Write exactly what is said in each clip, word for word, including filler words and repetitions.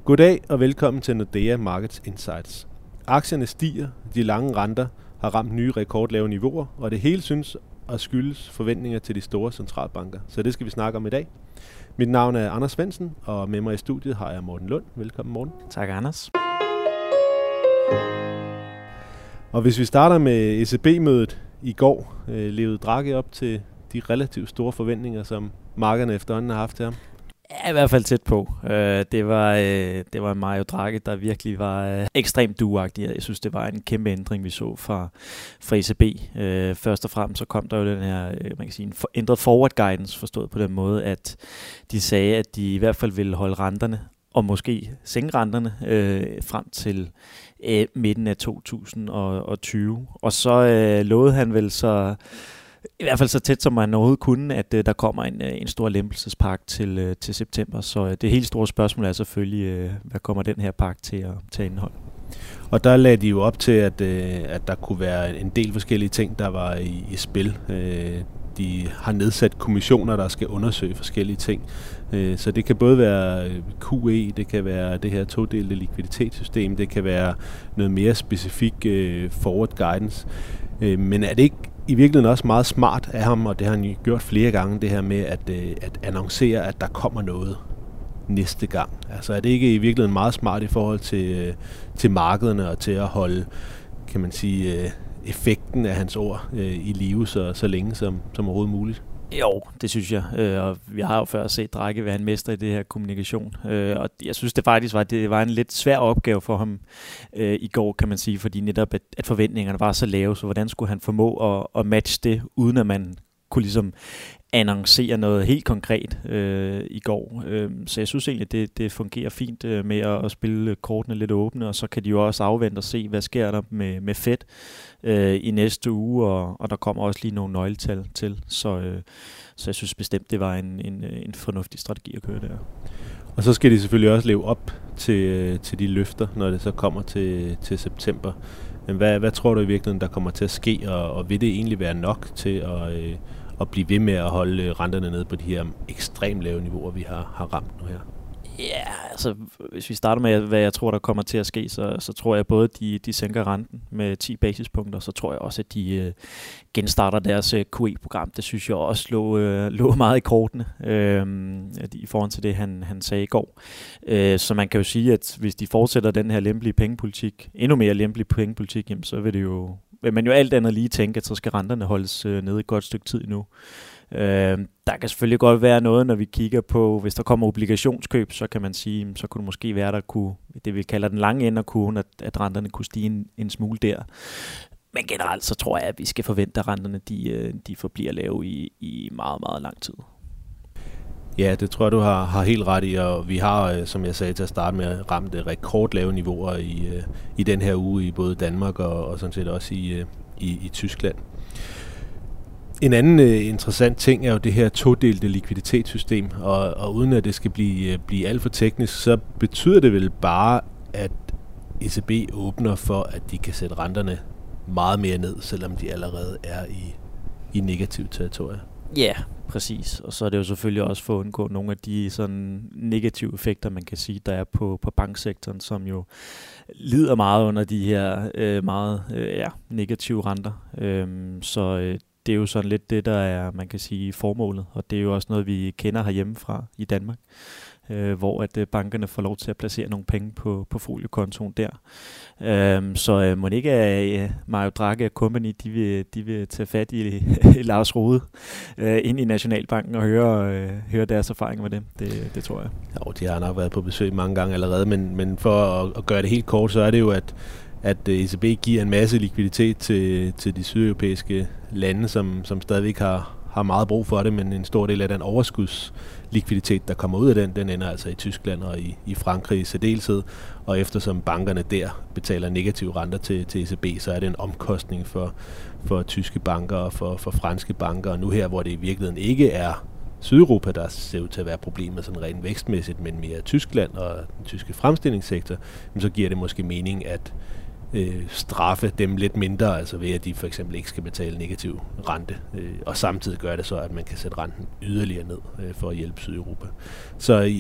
Goddag og velkommen til Nordea Markets Insights. Aktierne stiger, de lange renter har ramt nye rekordlave niveauer, og det hele synes at skyldes forventninger til de store centralbanker. Så det skal vi snakke om i dag. Mit navn er Anders Svendsen, og med mig i studiet har jeg Morten Lund. Velkommen, Morten. Tak, Anders. Og hvis vi starter med E C B-mødet i går, øh, levede Draghi op til de relativt store forventninger, som markederne efterhånden har haft til ham? Ja, i hvert fald tæt på. Øh, det var øh, det var Mario Draghi, der virkelig var øh, ekstremt duagtig. Jeg synes, det var en kæmpe ændring, vi så fra, fra E C B. Øh, først og fremmest så kom der jo den her, øh, man kan sige, en for, ændret forward guidance, forstået på den måde, at de sagde, at de i hvert fald ville holde renterne, og måske sænke renterne øh, frem til øh, midten af to tusind og tyve. Og så øh, lovede han vel så, i hvert fald så tæt som man overhovedet kunne, at øh, der kommer en, en stor lempelsespakke til, øh, til september. Så øh, det helt store spørgsmål er selvfølgelig, øh, hvad kommer den her pakke til at, til at indeholde? Og der lagde de jo op til, at, øh, at der kunne være en del forskellige ting, der var i, i spil. Øh, de har nedsat kommissioner, der skal undersøge forskellige ting. Øh, så det kan både være Q E, det kan være det her todelte likviditetssystem, det kan være noget mere specifik øh, forward guidance. Øh, men er det ikke i virkeligheden også meget smart af ham, og det har han jo gjort flere gange, det her med at, øh, at annoncere, at der kommer noget næste gang? Altså er det ikke i virkeligheden meget smart i forhold til, øh, til markederne og til at holde, kan man sige, øh, effekten af hans ord øh, i live så, så længe som, som overhovedet muligt? Jo, det synes jeg. Øh, og vi har jo før set Draghi være en mester i det her kommunikation. Øh, og jeg synes det faktisk var, det var en lidt svær opgave for ham øh, i går, kan man sige, fordi netop at, at forventningerne var så lave, så hvordan skulle han formå at, at matche det, uden at man kunne ligesom annoncere noget helt konkret øh, i går. Øh, så jeg synes egentlig, det, det fungerer fint øh, med at, at spille kortene lidt åbne, og så kan de jo også afvente og se, hvad sker der med, med Fed øh, i næste uge, og, og der kommer også lige nogle nøgletal til. Så, øh, så jeg synes bestemt, det var en, en, en fornuftig strategi at køre der. Og så skal de selvfølgelig også leve op til, til de løfter, når det så kommer til, til september. Men hvad, hvad tror du i virkeligheden, der kommer til at ske, og, og vil det egentlig være nok til at øh, at blive ved med at holde renterne nede på de her ekstremt lave niveauer, vi har, har ramt nu her? Ja, altså hvis vi starter med, hvad jeg tror, der kommer til at ske, så, så tror jeg både, de, de sænker renten med ti basispunkter, så tror jeg også, at de øh, genstarter deres øh, Q E-program. Det synes jeg også lå, øh, lå meget i kortene øh, i forhold til det, han, han sagde i går. Øh, så man kan jo sige, at hvis de fortsætter den her lempelige pengepolitik, endnu mere lempelig pengepolitik, jamen, så vil det jo vil man jo alt andet lige tænke, at så skal renterne holdes øh, nede et godt stykke tid endnu. Øh, der kan selvfølgelig godt være noget, når vi kigger på, hvis der kommer obligationskøb, så kan man sige, så kunne det måske være, der kunne, det vi kalder den lange ende af kurven, at, at renterne kunne stige en, en smule der. Men generelt så tror jeg, at vi skal forvente, at renterne de, de forbliver lave i, i meget, meget lang tid. Ja, det tror jeg, du har, har helt ret i, og vi har, som jeg sagde til at starte med, ramt rekordlave niveauer i, i den her uge i både Danmark og, og sådan set også i, i, i Tyskland. En anden uh, interessant ting er jo det her todelte likviditetssystem, og, og uden at det skal blive, blive alt for teknisk, så betyder det vel bare, at E C B åbner for, at de kan sætte renterne meget mere ned, selvom de allerede er i, i negativt territorie. Ja, yeah, præcis. Og så er det jo selvfølgelig også for at undgå nogle af de sådan negative effekter, man kan sige, der er på, på banksektoren, som jo lider meget under de her øh, meget øh, ja, negative renter. Øhm, så øh, det er jo sådan lidt det, der er, man kan sige, formålet, og det er jo også noget, vi kender herhjemmefra i Danmark, øh, hvor at øh, bankerne får lov til at placere nogle penge på portfoliokontoen der. Øhm, så øh, må det ikke at øh, Mario Draghi og company, de vil, de vil tage fat i Lars Rode øh, ind i Nationalbanken og høre, øh, høre deres erfaringer med dem. Det, det tror jeg. Jo, de har nok været på besøg mange gange allerede, men, men for at, at gøre det helt kort, så er det jo, at at E C B giver en masse likviditet til, til de sydeuropæiske lande, som, som stadigvæk har, har meget brug for det, men en stor del af den overskudslikviditet, der kommer ud af den, den ender altså i Tyskland og i, i Frankrig i særdeleshed, og eftersom bankerne der betaler negative renter til, til E C B, så er det en omkostning for, for tyske banker og for, for franske banker, og nu her, hvor det i virkeligheden ikke er Sydeuropa, der ser ud til at være problemet sådan rent vækstmæssigt, men mere Tyskland og den tyske fremstillingssektor, så giver det måske mening at øh, straffe dem lidt mindre, altså ved at de for eksempel ikke skal betale negativ rente, øh, og samtidig gør det så, at man kan sætte renten yderligere ned øh, for at hjælpe Sydeuropa. Så i,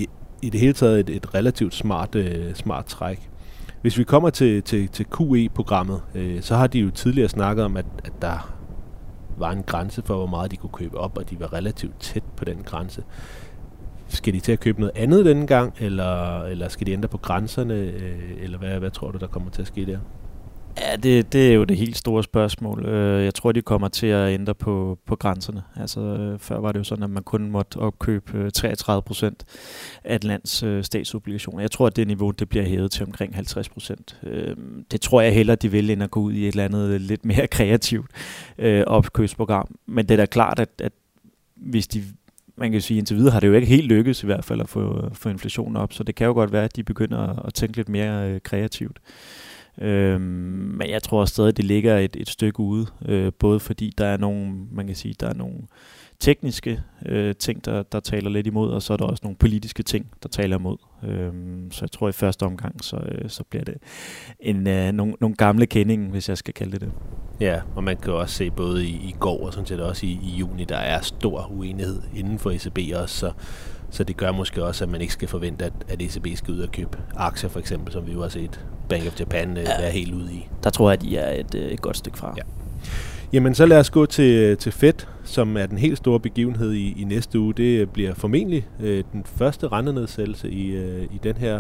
i det hele taget et, et relativt smart, øh, smart træk. Hvis vi kommer til, til, til Q E-programmet, øh, så har de jo tidligere snakket om, at, at der var en grænse for, hvor meget de kunne købe op, og de var relativt tæt på den grænse. Skal de til at købe noget andet denne gang, eller, eller skal de ændre på grænserne, øh, eller hvad, hvad tror du, der kommer til at ske der? Ja, det, det er jo det helt store spørgsmål. Jeg tror, de kommer til at ændre på, på grænserne. Altså, før var det jo sådan, at man kun måtte opkøbe treogtredive procent af et lands øh, statsobligationer. Jeg tror, at det niveau det bliver hævet til omkring halvtreds procent. Øh, det tror jeg hellere, de vil, end at gå ud i et eller andet lidt mere kreativt øh, opkøbsprogram. Men det er da klart, at, at hvis de... Man kan sige, indtil videre har det jo ikke helt lykkedes i hvert fald at få, få inflationen op, så det kan jo godt være, at de begynder at tænke lidt mere øh, kreativt. Øhm, men jeg tror stadig, at det ligger et, et stykke ude, øh, både fordi der er nogle, man kan sige, der er nogle tekniske øh, ting, der, der taler lidt imod, og så er der også nogle politiske ting, der taler imod. Øhm, så jeg tror i første omgang, så, øh, så bliver det en, øh, nogle, nogle gamle kendinge, hvis jeg skal kalde det det. Ja, og man kan jo også se både i, i går og sådan set også i, i juni, der er stor uenighed inden for E C B også, så, så det gør måske også, at man ikke skal forvente, at, at E C B skal ud og købe aktier for eksempel, som vi jo har set Bank of Japan øh, ja, være helt ude i. Der tror jeg, at de er et, et godt stykke fra. Ja. Jamen så lad os gå til, til Fed, som er den helt store begivenhed i, i næste uge. Det bliver formentlig øh, den første rentenedsættelse i, øh, i den her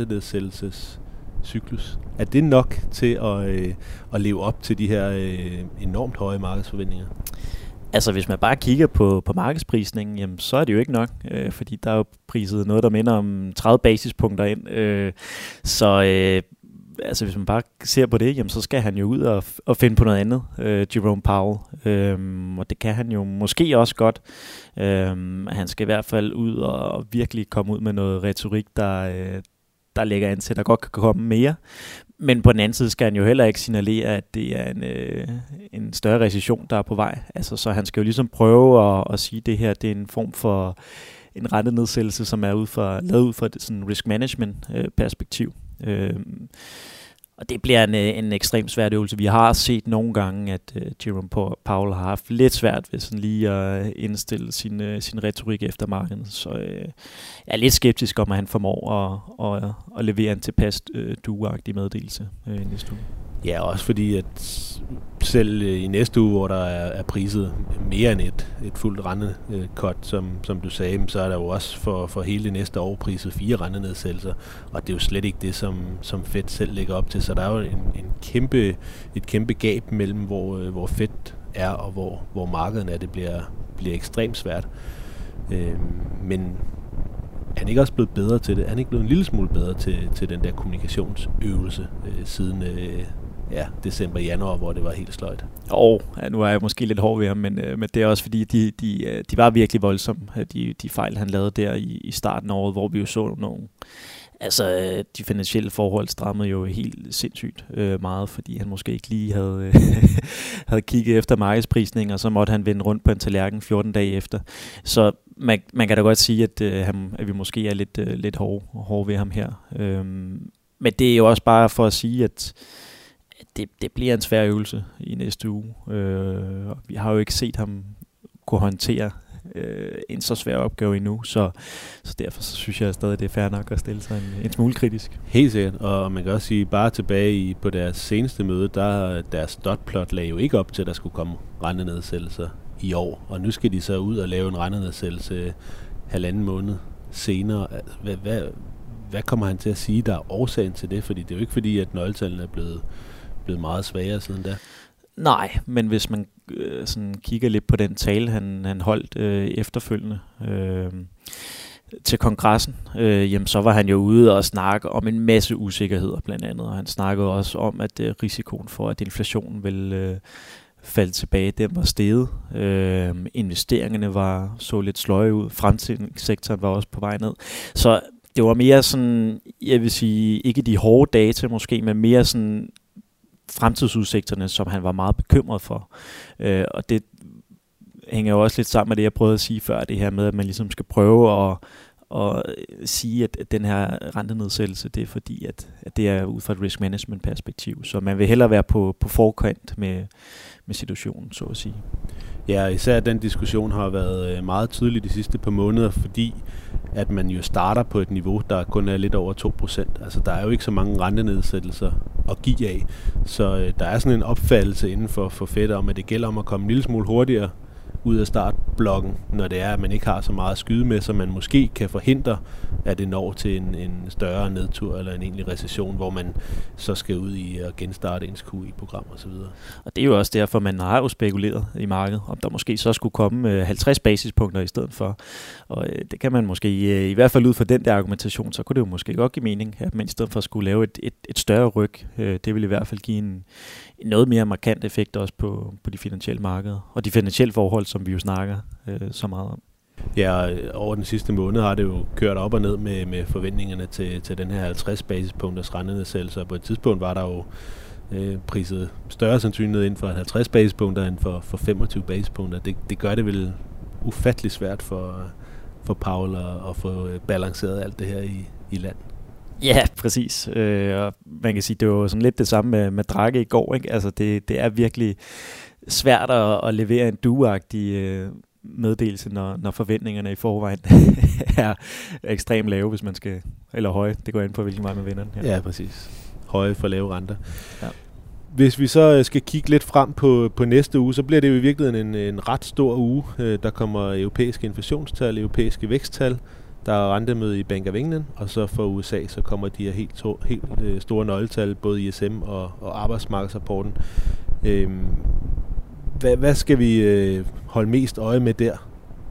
rentenedsættelsescyklus. Er det nok til at, øh, at leve op til de her øh, enormt høje markedsforventninger? Altså hvis man bare kigger på, på markedsprisningen, jamen, så er det jo ikke nok, øh, fordi der er jo priset noget, der minder om tredive basispunkter ind. Øh, så øh, altså hvis man bare ser på det, jamen, så skal han jo ud og, og finde på noget andet, øh, Jerome Powell. Øh, og det kan han jo måske også godt. Øh, han skal i hvert fald ud og virkelig komme ud med noget retorik, der, øh, der lægger an til, der godt kan komme mere. Men på den anden side skal han jo heller ikke signalere, at det er en, øh, en større recession, der er på vej. Altså, så han skal jo ligesom prøve at, at sige, at det her det er en form for en rentenedsættelse, som er ud for, lavet ud fra et sådan risk management øh, perspektiv. Øh, og det bliver en, en ekstremt svær øvelse. Vi har set nogle gange, at uh, Jerome Powell har haft lidt svært ved sådan lige at indstille sin, uh, sin retorik efter markedet. Så uh, jeg er lidt skeptisk om, at han formår at, at, at levere en tilpas uh, dueagtig meddelelse uh, næste uge. Ja, også fordi, at selv i næste uge, hvor der er, er priset mere end et, et fuldt rentekot, som, som du sagde, så er der jo også for, for hele det næste år priset fire rentenedsættelser, og det er jo slet ikke det, som, som Fed selv lægger op til. Så der er jo en, en kæmpe, et kæmpe gab mellem, hvor, hvor Fed er og hvor, hvor markedet er. Det bliver, bliver ekstremt svært. Øhm, men er han ikke også blevet bedre til det? Er han ikke blevet en lille smule bedre til, til den der kommunikationsøvelse øh, siden øh, ja, december, januar, hvor det var helt sløjt? Og ja, nu er jeg måske lidt hård ved ham, men, øh, men det er også fordi, de, de, de var virkelig voldsomme, de, de fejl, han lavede der i, i starten af året, hvor vi jo så nogle... Altså, de finansielle forhold strammede jo helt sindssygt øh, meget, fordi han måske ikke lige havde, øh, havde kigget efter markedsprisning, og så måtte han vende rundt på en tallerken fjorten dage efter. Så man, man kan da godt sige, at, øh, han, at vi måske er lidt, øh, lidt hårde, hårde ved ham her. Øhm, men det er jo også bare for at sige, at det, det bliver en svær øvelse i næste uge. Øh, og vi har jo ikke set ham kunne håndtere øh, en så svær opgave endnu, så, så derfor så synes jeg stadig, det er fair nok at stille sig en, en smule kritisk. Helt sikkert, og man kan også sige, bare tilbage i, på deres seneste møde, der deres dotplot lagde jo ikke op til, at der skulle komme rentenedsættelser i år, og nu skal de så ud og lave en rentenedsættelse halvanden måned senere. Hvad, hvad, hvad kommer han til at sige, der er årsagen til det? Fordi det er jo ikke fordi, at nøgletallene er blevet, blevet meget svagere siden da. Nej, men hvis man øh, sådan kigger lidt på den tale, han, han holdt øh, efterfølgende øh, til kongressen, øh, jamen, så var han jo ude og snakke om en masse usikkerheder blandt andet, og han snakkede også om, at øh, risikoen for, at inflationen ville øh, falde tilbage, den var steget. Øh, investeringerne var så lidt sløje ud, fremtidssektoren var også på vej ned. Så det var mere sådan, jeg vil sige, ikke de hårde data måske, men mere sådan fremtidsudsigterne, som han var meget bekymret for. Øh, og det hænger jo også lidt sammen med det, jeg prøvede at sige før, det her med, at man ligesom skal prøve at, at sige, at den her rentenedsættelse, det er fordi, at, at det er ud fra et risk management perspektiv. Så man vil hellere være på, på forkant med, med situationen, så at sige. Ja, især den diskussion har været meget tydelig de sidste par måneder, fordi at man jo starter på et niveau, der kun er lidt over to procent. Altså, der er jo ikke så mange rentenedsættelser at give af. Så øh, der er sådan en opfattelse inden for, for Fed om, at det gælder om at komme en lille smule hurtigere ud af startblokken, når det er, at man ikke har så meget at skyde med, så man måske kan forhindre, at det når til en, en større nedtur eller en egentlig recession, hvor man så skal ud i at genstarte ens Q I-program osv. Og det er jo også derfor, man har jo spekuleret i markedet, om der måske så skulle komme halvtreds basispunkter i stedet for. Og det kan man måske, i hvert fald ud fra den der argumentation, så kunne det jo måske godt give mening, at man i stedet for skulle lave et, et, et større ryg. Det vil i hvert fald give en, en noget mere markant effekt også på, på de finansielle markeder. Og de finansielle forhold, som vi jo snakker øh, så meget om. Ja, over den sidste måned har det jo kørt op og ned med, med forventningerne til, til den her halvtreds basispunkters rentenedsættelse. På et tidspunkt var der jo øh, priset større sandsynlighed inden for halvtreds basispunkter end for, for femogtyve basispunkter. Det, det gør det vel ufattelig svært for, for Powell at, at få balanceret alt det her i, i land. Ja, præcis. Øh, og man kan sige, det var sådan lidt det samme med, med Draghi i går, ikke? Altså det, det er virkelig svært at, at levere en dueagtig øh, meddelelse, når, når forventningerne i forvejen er ekstremt lave, hvis man skal, eller høje. Det går ind på, hvilken vej man vinder den her. Ja, præcis. Høje for lave renter. Ja. Hvis vi så skal kigge lidt frem på, på næste uge, så bliver det jo i virkeligheden en, en ret stor uge. Der kommer europæiske inflationstal, europæiske væksttal. Der er rentemøde i Bank of England, og så for U S A, så kommer de her helt, to, helt øh, store nøgletal, både I S M og, og arbejdsmarkedsrapporten. Øhm, hvad, hvad skal vi øh, holde mest øje med der?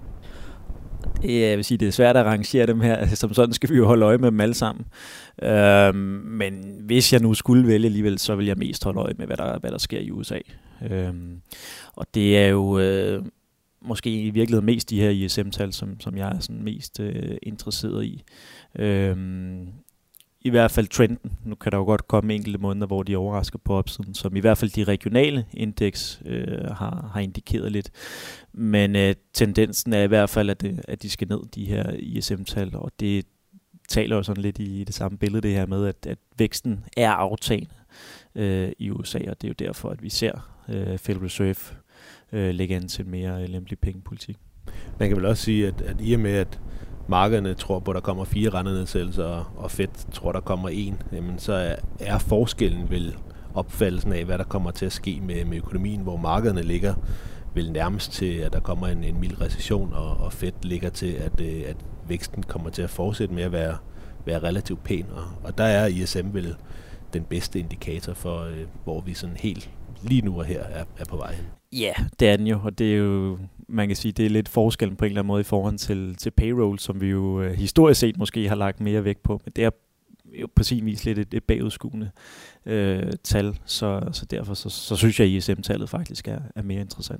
Jeg vil sige, det er svært at arrangere dem her. Som sådan skal vi jo holde øje med dem alle sammen. Øhm, men hvis jeg nu skulle vælge alligevel, så vil jeg mest holde øje med, hvad der, hvad der sker i U S A. Øhm, og det er jo... Øh, måske i virkeligheden mest de her I S M-tal, som, som jeg er sådan mest øh, interesseret i. Øhm, I hvert fald trenden. Nu kan der jo godt komme enkelte måneder, hvor de overrasker på opsiden, som i hvert fald de regionale indeks øh, har, har indikeret lidt. Men øh, tendensen er i hvert fald, at, det, at de skal ned, de her I S M-tal, og det taler jo sådan lidt i det samme billede, det her med, at, at væksten er aftagende øh, i U S A, og det er jo derfor, at vi ser øh, Federal Reserve Øh, lægge an til en mere øh, lempelig pengepolitik. Man kan vel også sige, at, at i og med, at markederne tror på, at der kommer fire rentenedsættelser, og, og Fed tror, der kommer en, jamen, så er, er forskellen vel opfattelsen af, hvad der kommer til at ske med, med økonomien, hvor markederne ligger vel nærmest til, at der kommer en, en mild recession, og, og Fed ligger til, at, øh, at væksten kommer til at fortsætte med at være, være relativt pæn. Og, og der er I S M vel den bedste indikator for, øh, hvor vi sådan helt lige nu og her er, er på vej hen. Ja, det er den jo, og det er jo, man kan sige, det er lidt forskellen på en eller anden måde i forhold til, til payroll, som vi jo øh, historisk set måske har lagt mere vægt på, men det er jo på sin vis lidt et, et bagudskuende øh, tal, så, så derfor så, så synes jeg, at I S M-tallet faktisk er, er mere interessant.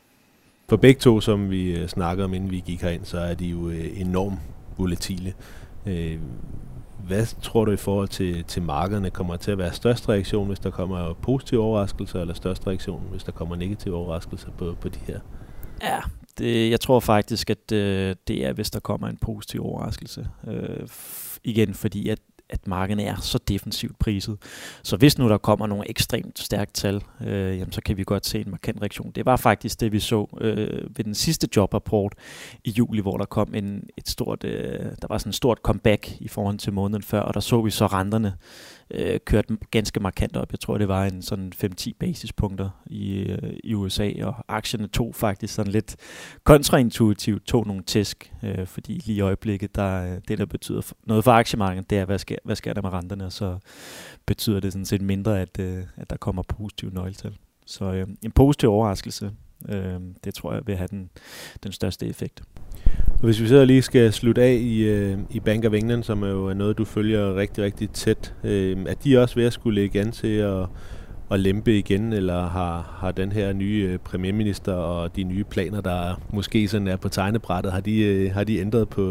For begge to, som vi øh, snakker om, inden vi gik herind, så er de jo øh, enormt volatile. Øh, Hvad tror du i forhold til, til markederne kommer til at være størst reaktion, hvis der kommer positive overraskelser, eller størst reaktion, hvis der kommer negative overraskelser på, på de her? Ja, det, jeg tror faktisk, at øh, det er, hvis der kommer en positiv overraskelse. Øh, f- igen, fordi at at markederne er så defensivt priset. Så hvis nu der kommer nogle ekstremt stærke tal, øh, jamen, så kan vi godt se en markant reaktion. Det var faktisk det, vi så øh, ved den sidste jobrapport i juli, hvor der kom en, et stort, øh, der var sådan et stort comeback i forhold til måneden før, og der så vi så renterne øh, kørt ganske markant op. Jeg tror, det var en sådan fem til ti basispunkter i, øh, i U S A, og aktierne tog faktisk sådan lidt kontraintuitivt, tog nogle tæsk, øh, fordi lige i øjeblikket, der, det der betyder noget for aktiemarkedet, det er, hvad sker, hvad sker der med renterne, og så betyder det sådan set mindre, at, øh, at der kommer positive nøgletal. Så øh, en positiv overraskelse, øh, det tror jeg vil have den, den største effekt. Og hvis vi så lige skal slutte af i, øh, i Bank of England, som er jo noget, du følger rigtig, rigtig tæt, øh, er de også ved at skulle lægge an til at, at lempe igen, eller har, har den her nye øh, premierminister og de nye planer, der måske sådan er på tegnebrættet, har de, øh, har de ændret på,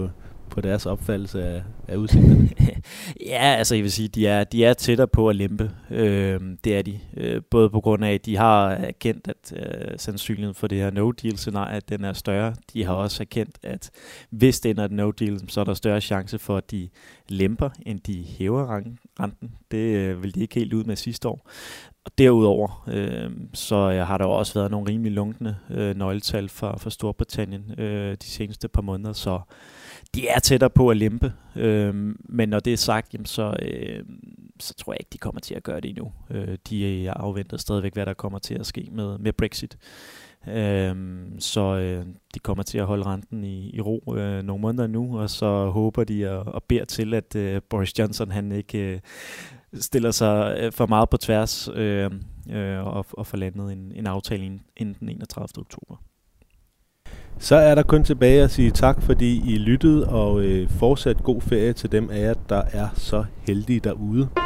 på deres opfattelse af, af udsigterne? Ja, altså jeg vil sige, de er, de er tættere på at lempe. Øh, det er de. Øh, både på grund af, at de har erkendt, at øh, sandsynligheden for det her no-deal-scenarie, den er større. De har også erkendt, at hvis det ender et no-deal, så er der større chance for, at de lemper, end de hæver renten. Det øh, vil de ikke helt ud med sidste år. Og derudover, øh, så har der også været nogle rimelig lunkne øh, nøgletal for, for Storbritannien øh, de seneste par måneder, så de er tættere på at lempe. Øh, men når det er sagt, jamen, så, øh, så tror jeg ikke, de kommer til at gøre det endnu. Øh, de afventer stadigvæk, hvad der kommer til at ske med, med Brexit. Øhm, så øh, de kommer til at holde renten i, i ro øh, nogle måneder nu, og så håber de og, og beder til, at øh, Boris Johnson han ikke øh, stiller sig øh, for meget på tværs øh, øh, og, og får landet en, en aftale inden den enogtredivte oktober. Så er der kun tilbage at sige tak, fordi I lyttede, og øh, fortsat god ferie til dem af jer, der er så heldige derude.